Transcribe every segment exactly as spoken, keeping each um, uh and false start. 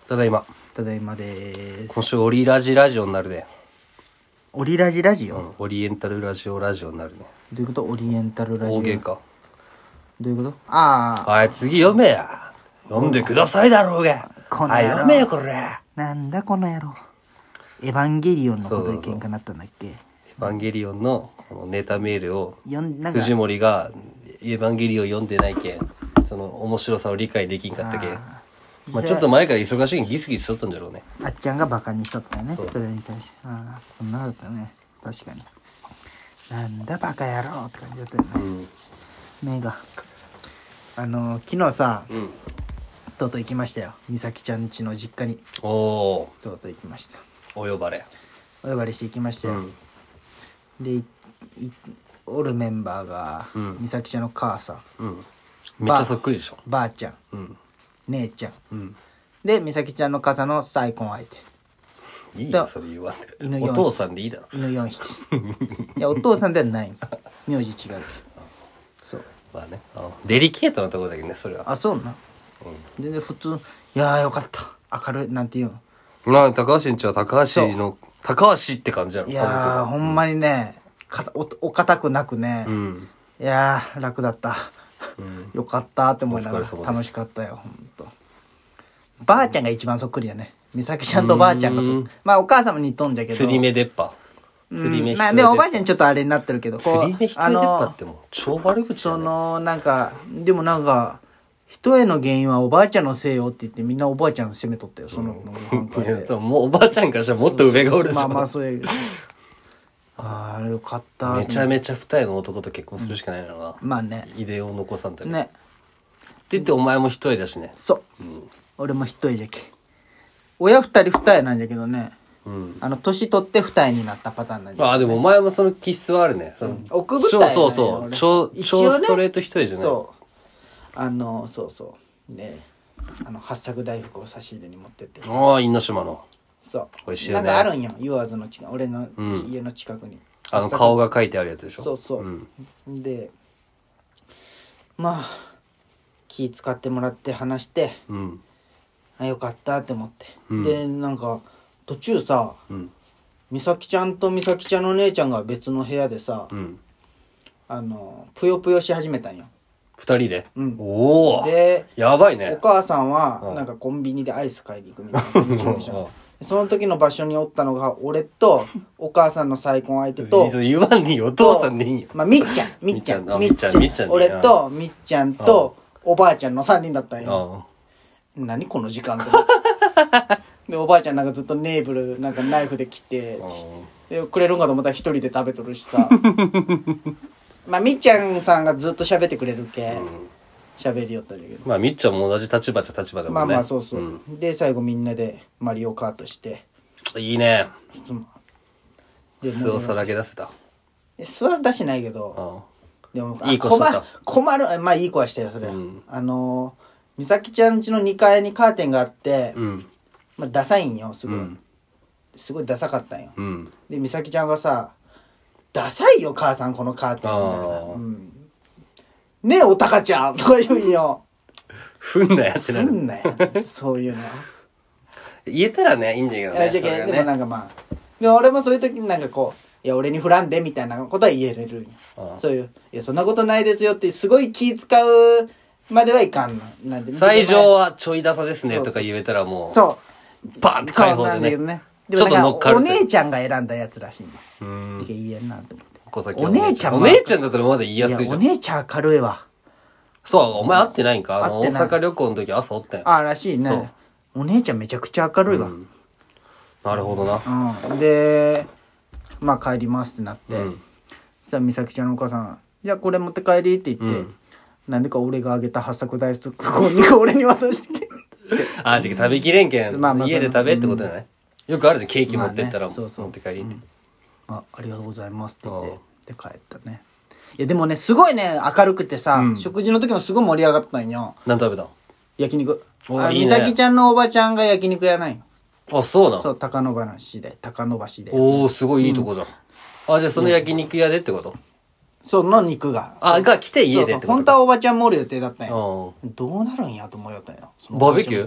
ただいま。 ただいまでーす。 今週オリラジラジオになるね。 オリラジラジオ、 うん、オリエンタルラジオラジオになるね。 どういうこと？オリエンタルラジオ。 大喧嘩。 どういうこと？ああ。 はい、次読めや。読んでくださいだろうが。 この野郎。 はい、読めよ、これ。 なんだこの野郎。エヴァンゲリオンのことで喧嘩になったんだっけ？ エヴァンゲリオンのこのネタメールを、 よんなんか藤森がエヴァンゲリオン読んでないけん、その面白さを理解できんかったけん。まあちょっと前から忙しいにギスギスしとったんじゃろうね。 あっちゃんがバカにしとったよね。 そそれに対して。ああ、そんなだったね。確かに。なんだバカ野郎って感じだったよね。 うん。 目が。あの、昨日さ、 うん。 とうとう行きましたよ。美咲ちゃん家の実家に。 おー、 とうとう行きました。 お呼ばれ。 お呼ばれして行きましたよ。 うん。 で、いいおるメンバーが、 うん美咲ちゃんの母さん、 うん。めっちゃそっくりでしょ。 ばあちゃん、 うん。 姉ちゃん。 うん。 で、美咲ちゃんの母さんの再婚相手。 いいよ、それ言わんで。 犬よんお父さんでいいだろ。 犬よんひき。いや、お父さんではない。名字違う。そう。 まあね。あデリケートなところだけどね、それは。 あ、そうな。全然普通。いやーよかった。明るい、なんて言うん。 なあ、高橋んちは高橋の、高橋って感じやろ。 いやー、ほんまにね、かお、お堅くなくね。 うん。 いやー、楽だった。よかったって思いながらお疲れ様です楽しかったよ、ほんと。ばあちゃんが一番そっくりやね。美咲ちゃんとばあちゃんがそっまあお母さんも似とんじゃけど。 釣り目出っ歯。釣り目一人出っ歯。 まあでもおばあちゃんちょっとあれになってるけど。 釣り目一人出っ歯ってもう超悪口だね。 その、なんか、でもなんか、人への原因はおばあちゃんのせいよって言ってみんなおばあちゃんを責めとったよ、その反対で。 もうおばあちゃんからしたらもっと上がおるでしょ。 まあまあそういう。ああ、よかった。 めちゃめちゃ二重の男と結婚するしかないのな。 まあね。 遺伝を残さんとね。 ね。 って言ってお前も一重だしね。 そう。俺も一重じゃけ。親二人二重なんじゃけどね。 うん。 あの、年取って二重になったパターンなんじゃ。 ああ、でもお前もその気質はあるね。その奥二重なんよそうそうそう。 俺超、 一応ね超ストレート一重じゃない。 そうあのそうそうねあの八作大福を差し入れに持ってってさああ、因島の。 そう美味しいよねなんかあるんよ言わずの近く俺のうん家の近くに、 あの顔が書いてあるやつでしょ。 そうそう、 ん。 でまあ気使ってもらって話してうん。 あよかったって思って、 うんでなんか途中さうん。 美咲ちゃんと美咲ちゃんの姉ちゃんが別の部屋でさ、 うん。 あのぷよぷよし始めたんよ。 二人で、 うんおおでおやばいね。 母さんはうんなんかコンビニでアイス買いに行くみたいな感じでしょその時の場所におったのが俺とお母さんの再婚相手と言わんにお父さんでいいよ。 まあみっちゃんみっちゃんみっちゃんみっちゃん俺とみっちゃんとおばあちゃんのさんにんだったんよ。 あ何この時間でおばあちゃんなんかずっとネーブルなんかナイフで切ってでくれるんかと思ったら一人で食べとるしさまあみっちゃんさんがずっと喋ってくれるけ喋りよったんだけどまあみっちゃんも同じ立場っちゃ立場だもんね。 まあまあそうそう、うん、で最後みんなでマリオカートしていいね。 で素をさらけ出せた。 素は出しないけどでもいい子した困るまあいい子はしたよそれ、うん、あの美咲ちゃん家のにかいにカーテンがあって、うん、まあダサいんよすごい、うん、すごいダサかったんよ、うん、で美咲ちゃんがさダサいよ母さんこのカーテンみたいな、うん、ねえおたかちゃんとか言うんよふんなやってなるふんなやそういうの言えたらねいいんだけどね。 いや、ね、でもなんかまあでも俺もそういう時になんかこういや俺に振らんでみたいなことは言えれるんよ。ああそういういやそんなことないですよってすごい気使うまではいかんのなんで最上はちょいダサですねとか言えたらもうそうバーンって解放でね。 そうなんだけどねでもなんかお姉ちゃんが選んだやつらしいのうん言えんなって思ってお姉ちゃんお姉ちゃんだったらまだ言いやすいじゃん。 お姉ちゃん明るいわそうお前会ってないんかあの大阪旅行の時朝おったんあらしいねお姉ちゃんめちゃくちゃ明るいわ、うん、 なるほどな、 うん、でまあ帰りますってなって、うん、そしたら美咲ちゃんのお母さん「じゃあこれ持って帰り」って言って、うん、なんでか俺があげた八作大福をにこ俺に渡してきてあじゃあ食べきれんけん、まあまあ、家で食べってことじゃない、うん、よくあるじゃんケーキ持ってったら、まあね、そうそう持って帰りって、うん、 あありがとうございますって言ってで帰ったねいやでもねすごいね明るくてさ、うん、食事の時もすごい盛り上がったんよ。 何食べた？ 焼肉。 あいいね、 美咲ちゃんのおばちゃんが焼肉やないよ。 あそうなそう高野橋で高野橋でおおすごいいいとこじゃん、うん、あじゃあその焼肉屋でってこと、うん、 その肉があが来て家でってことそうそう本当はおばちゃんもおる予定だったんよどうなるんやと思いよったんよバーベキュー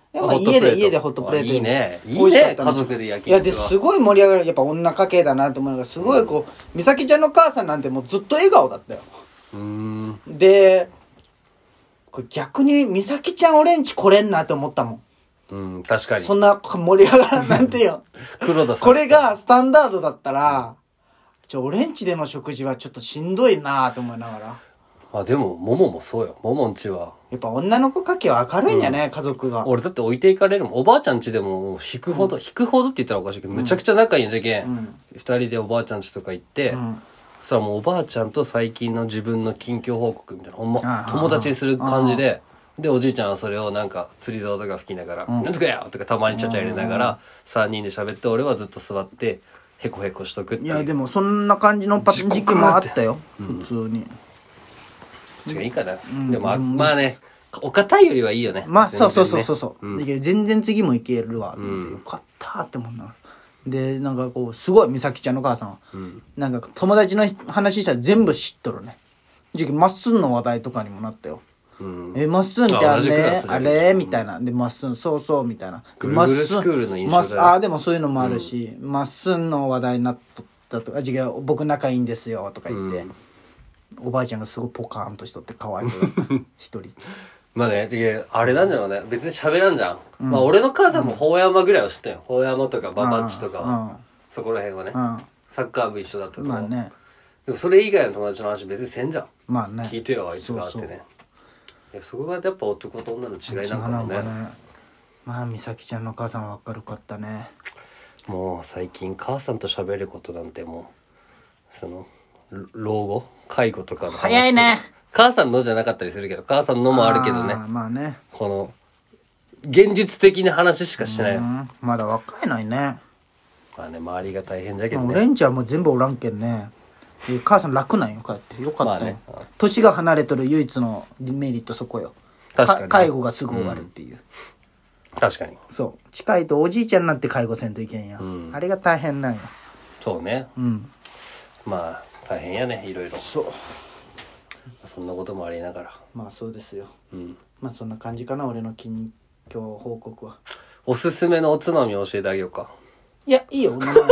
やっぱ家で家でホットプレートいいねいい美味しかったのね家族で焼きいや肉はですごい盛り上がる。やっぱ女家系だなと思うのがすごいこう美咲ちゃんの母さんなんてもうずっと笑顔だったよ。 うーんでこれ逆に美咲ちゃん俺んち来れんなって思ったもん。 うん確かにそんな盛り上がらんなんてよ黒田さんこれがスタンダードだったらちょ俺んちでの食事はちょっとしんどいなと思いながら。 あでももももそうよ。ももんちはやっぱ女の子家系は明るいんやね、うん、家族が。 俺だって置いていかれるもん。おばあちゃんちでも引くほど、うん、引くほどって言ったらおかしいけど、うん、めちゃくちゃ仲いいんじゃけん、うん、二人でおばあちゃんちとか行って、うん、そしたらもうおばあちゃんと最近の自分の近況報告みたいなほんま友達にする感じで、でおじいちゃんはそれをなんか釣り竿とか吹きながら、うん、なんとかよとかたまにちゃちゃ入れながらさんにんで喋って、俺はずっと座ってヘコヘコしとくっていう。 いやでもそんな感じのパ時期もあったよ、普通に。 違ういいかな、うん、でも ま, まあねお堅いよりはいいよね。 まあそうそうそうそうそう、うん、全然次もいけるわと思って、うん、よかったって思うな。でなんかこうすごい美咲ちゃんの母さんは、うん、なんか友達の話したら全部知っとるね。じゃまっすんの話題とかにもなったよ。うん、えまっすんってあれあれみたいなでまっすんそうそうみたいなグルグルスクールの印象だよ。 あでもそういうのもあるし、まっすんの話題になっとったとか、違う僕仲いいんですよとか言って、うん、おばあちゃんがすごいポカーンとしとってかわいそうだった一人。 まあねあれなんだろうね、別に喋らんじゃん、うん、まあ俺の母さんも法山ぐらいは知ったよ。法山とかババッチとかは、うん、そこら辺はね、うん、サッカー部一緒だったとか、まあね、でもそれ以外の友達の話別にせんじゃん。まあね聞いてよあいつがあってね。そうそういやそこがやっぱ男と女の違いなんかもね。 まあ美咲ちゃんの母さんは明るかったね。 もう最近母さんと喋ることなんてもうその老後介護とかの話早いね。 母さんのじゃなかったりするけど母さんのもあるけどね。 あまあねこの現実的な話しかしない。 まだ若いないね。 まあね周りが大変だけどね。 俺んちはもう全部おらんけんね。母さん楽なんよ帰ってよかったよ、まあね、年が離れとる唯一のメリットそこよ。確かに、ね、介護がすぐ終わるっていう、 うん、確かにそう近いとおじいちゃんになって介護せんといけんや、うん、あれが大変なんや。 そうね、 うん、 まあ大変やねいろいろ。 そうそんなこともありながらまあそうですよ、 うん、 まあそんな感じかな俺の近況報告は。 おすすめのおつまみ教えてあげようか。 いやいいよ飲まんし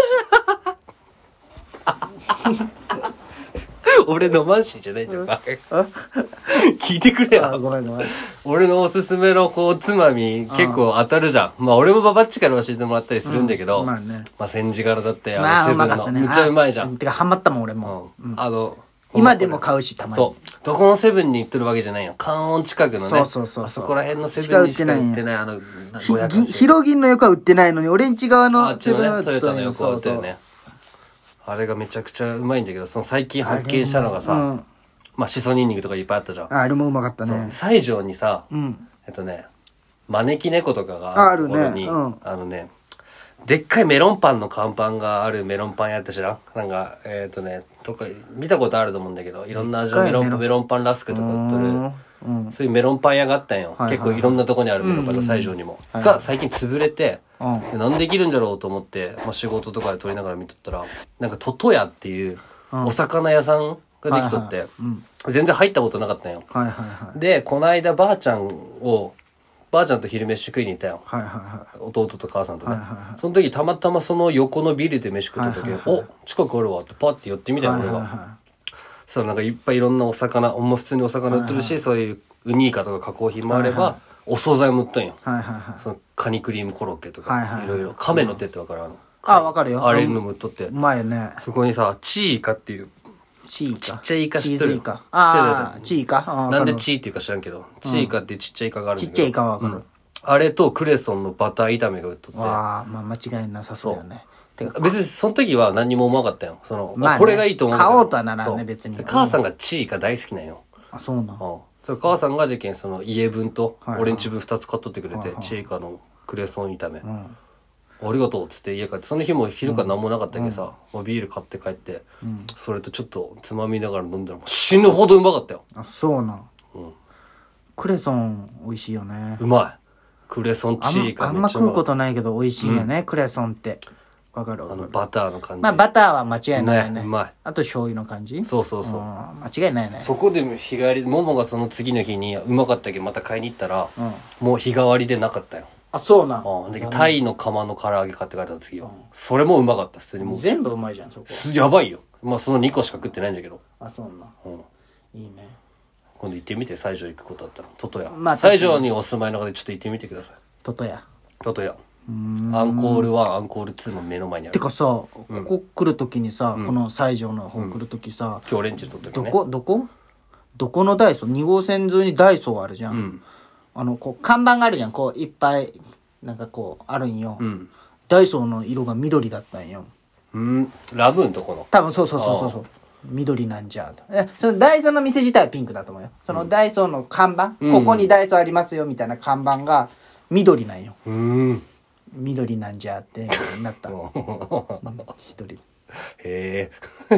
俺飲まんしじゃないじゃん聞いてくれよ。 ごめんごめん。 俺のおすすめのこうおつまみ結構当たるじゃん。まあ俺もババッチから教えてもらったりするんだけど、うん、まあねまあ千字柄だったよ、 まあ、 セブンのめっちゃうまいじゃん。 てかハマったもん俺も、 うんうん、あの今でも買うしたまに。 そうどこのセブンに行ってるわけじゃないよ。関音近くのね。 そうそうそうそう。 そこら辺のセブンにしか売ってないあのひろぎんの横は売ってないのにオレンジ側のセブンは売ってる、ね、トヨタの横は売ってるね。あれがめちゃくちゃうまいんだけど、その最近発見したのがさ、うん、まあしそニンニクとかいっぱいあったじゃん。 あ, あれもうまかったね。 西条にさ、 うん、 えっとね招き猫とかがあるね、 に、 うん、 あのねでっかいメロンパンの看板があるメロンパン屋って知らん？なんかえっ、ー、とねとか見たことあると思うんだけど、いろんな味のメロンメロンパンラスクとか売ってる、うん、そういうメロンパン屋があったんよ、はいはいはい、結構いろんなとこにあるメロンパンが西条にも、うんうん、が最近潰れて、はいはい、なんでできるんじゃろうと思って、まあ、仕事とかで撮りながら見とったらなんかトトヤっていうお魚屋さんができとって、はいはいうん、全然入ったことなかったんよ、 はいはいはい、 でこの間ばあちゃんをばあちゃんと昼飯食いに行ったよ、 はいはいはい、 弟と母さんとね、 はいはいはい、 その時たまたまその横のビルで飯食った時、はいはいはい、お近くあるわってパッて寄ってみたよ、はいはいはい、俺がそしたらなんかいっぱいいろんなお魚ほんま普通にお魚売ってるし、はいはい、そういうウニイカとか加工品もあれば、はいはい、お惣菜も売ったんよ、 はいはいはい、 そのカニクリームコロッケとか、 はいはいはい、 いろいろ亀の手って分かるあのあ分かるよあれのも売っとって、 うまいよね。 そこにさチーイカっていうチーイカちっちゃいイカ知ってる？ チーズイカああチーイカなんでチーっていうか知らんけど、うん、チーイカっていうちっちゃいイカがあるんだけど、 ちっちゃいイカは分かる、うん、 あれとクレソンのバター炒めが売っとって、 ああまあ間違いなさそうよね。 別にその時は何も思わなかったよ。その、 まあね、 これがいいと思う。 買おうとはならんね別に。 母さんがチーが大好きなんよ。 あそうなん。うん。 それ母さんが事件その家分と俺んち分ふたつ買っとってくれて、はいはい、チーカのクレソン炒め、うん、ありがとうっつって家帰って、その日も昼から何もなかったけどさ、うん、ビール買って帰って、うん、それとちょっとつまみながら飲んだらもう死ぬほどうまかったよ。 あそうなん。 うん。 クレソン美味しいよね。 うまい。クレソンチーカあんま食うことないけど美味しいよね、うん、クレソンって。わかるわかる。 あのバターの感じ。 まあバターは間違いないね。 ねうまい。 あと醤油の感じ。 そうそうそう。 間違いないね。 そこで日帰り、ももがその次の日にうまかったけどまた買いに行ったら、うん、もう日替わりでなかったよ。 あ、そうなん。 あでタイの釜の唐揚げ買って帰った次は、うん、それもうまかった。普通にもう全部うまいじゃんそこ。 やばいよ。まあそのにこしか食ってないんだけど。 あ、そうなん、うん、いいね。 今度行ってみて。西条行くことあったらトトヤ、 まあ、 西条にお住まいの方でちょっと行ってみてください。 トトヤトトヤアンコールワンアンコールツーの目の前にある。 てかさ、ここ来る時にさ、うん、この西条の方来る時さ、 うん、今日レンチで撮った時ね。 どこどこどこのダイソーに号線沿いにダイソーあるじゃん、うん、あのこう看板があるじゃん。こういっぱいなんかこうあるんよ、うん、ダイソーの色が緑だったんよ。 うんラブーンとこの多分そうそうそうそうそう緑なんじゃと。えそのダイソーの店自体はピンクだと思うよ。そのダイソーの看板、うん、ここにダイソーありますよみたいな看板が緑なんよ。うん緑なんじゃってなった一人。へえ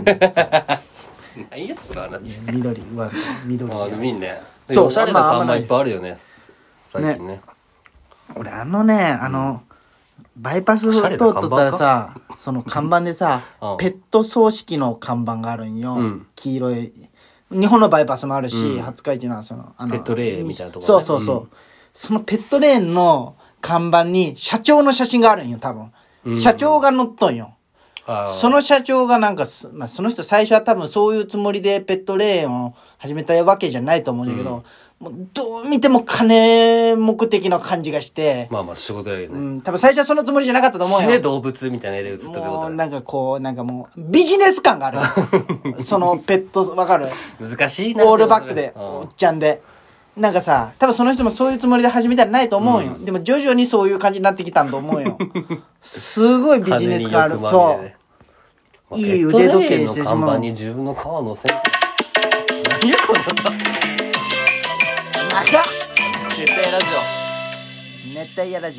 何やそれ話。 緑は緑じゃん。 あでもいいね。そうおしゃれな看板いっぱいあるよね最近ね。 俺あのねあの、うん、バイパス通っとったらさその看板でさペット葬式の看板があるんよ、うん、黄色い。日本のバイパスもあるし、うん、廿日市のそのあのペットレーンみたいなところ、 ね、そうそうそう、うん、そのペットレーンの看板に社長の写真があるんよ多分、うん、社長が載っとんよ。その社長がなんか、まあ、その人最初は多分そういうつもりでペットレーンを始めたわけじゃないと思うんだけど、うん、もうどう見ても金目的な感じがして。 まあまあ仕事やよね。 うん、多分最初はそのつもりじゃなかったと思うよ。 死ね動物みたいな絵で映ったってことだ。 もうなんかこう、なんかもうビジネス感がある。そのペット、わかる？ 難しいな。 オールバックで、おっちゃんで。なんかさ、多分その人もそういうつもりで始めたらないと思うよ、うん、でも徐々にそういう感じになってきたんと思うよ。すごいビジネス感ある。そう、いい腕時計してしまう。 看板に自分の皮乗せ何やこの長っ熱帯ラジオ熱帯夜ラジオ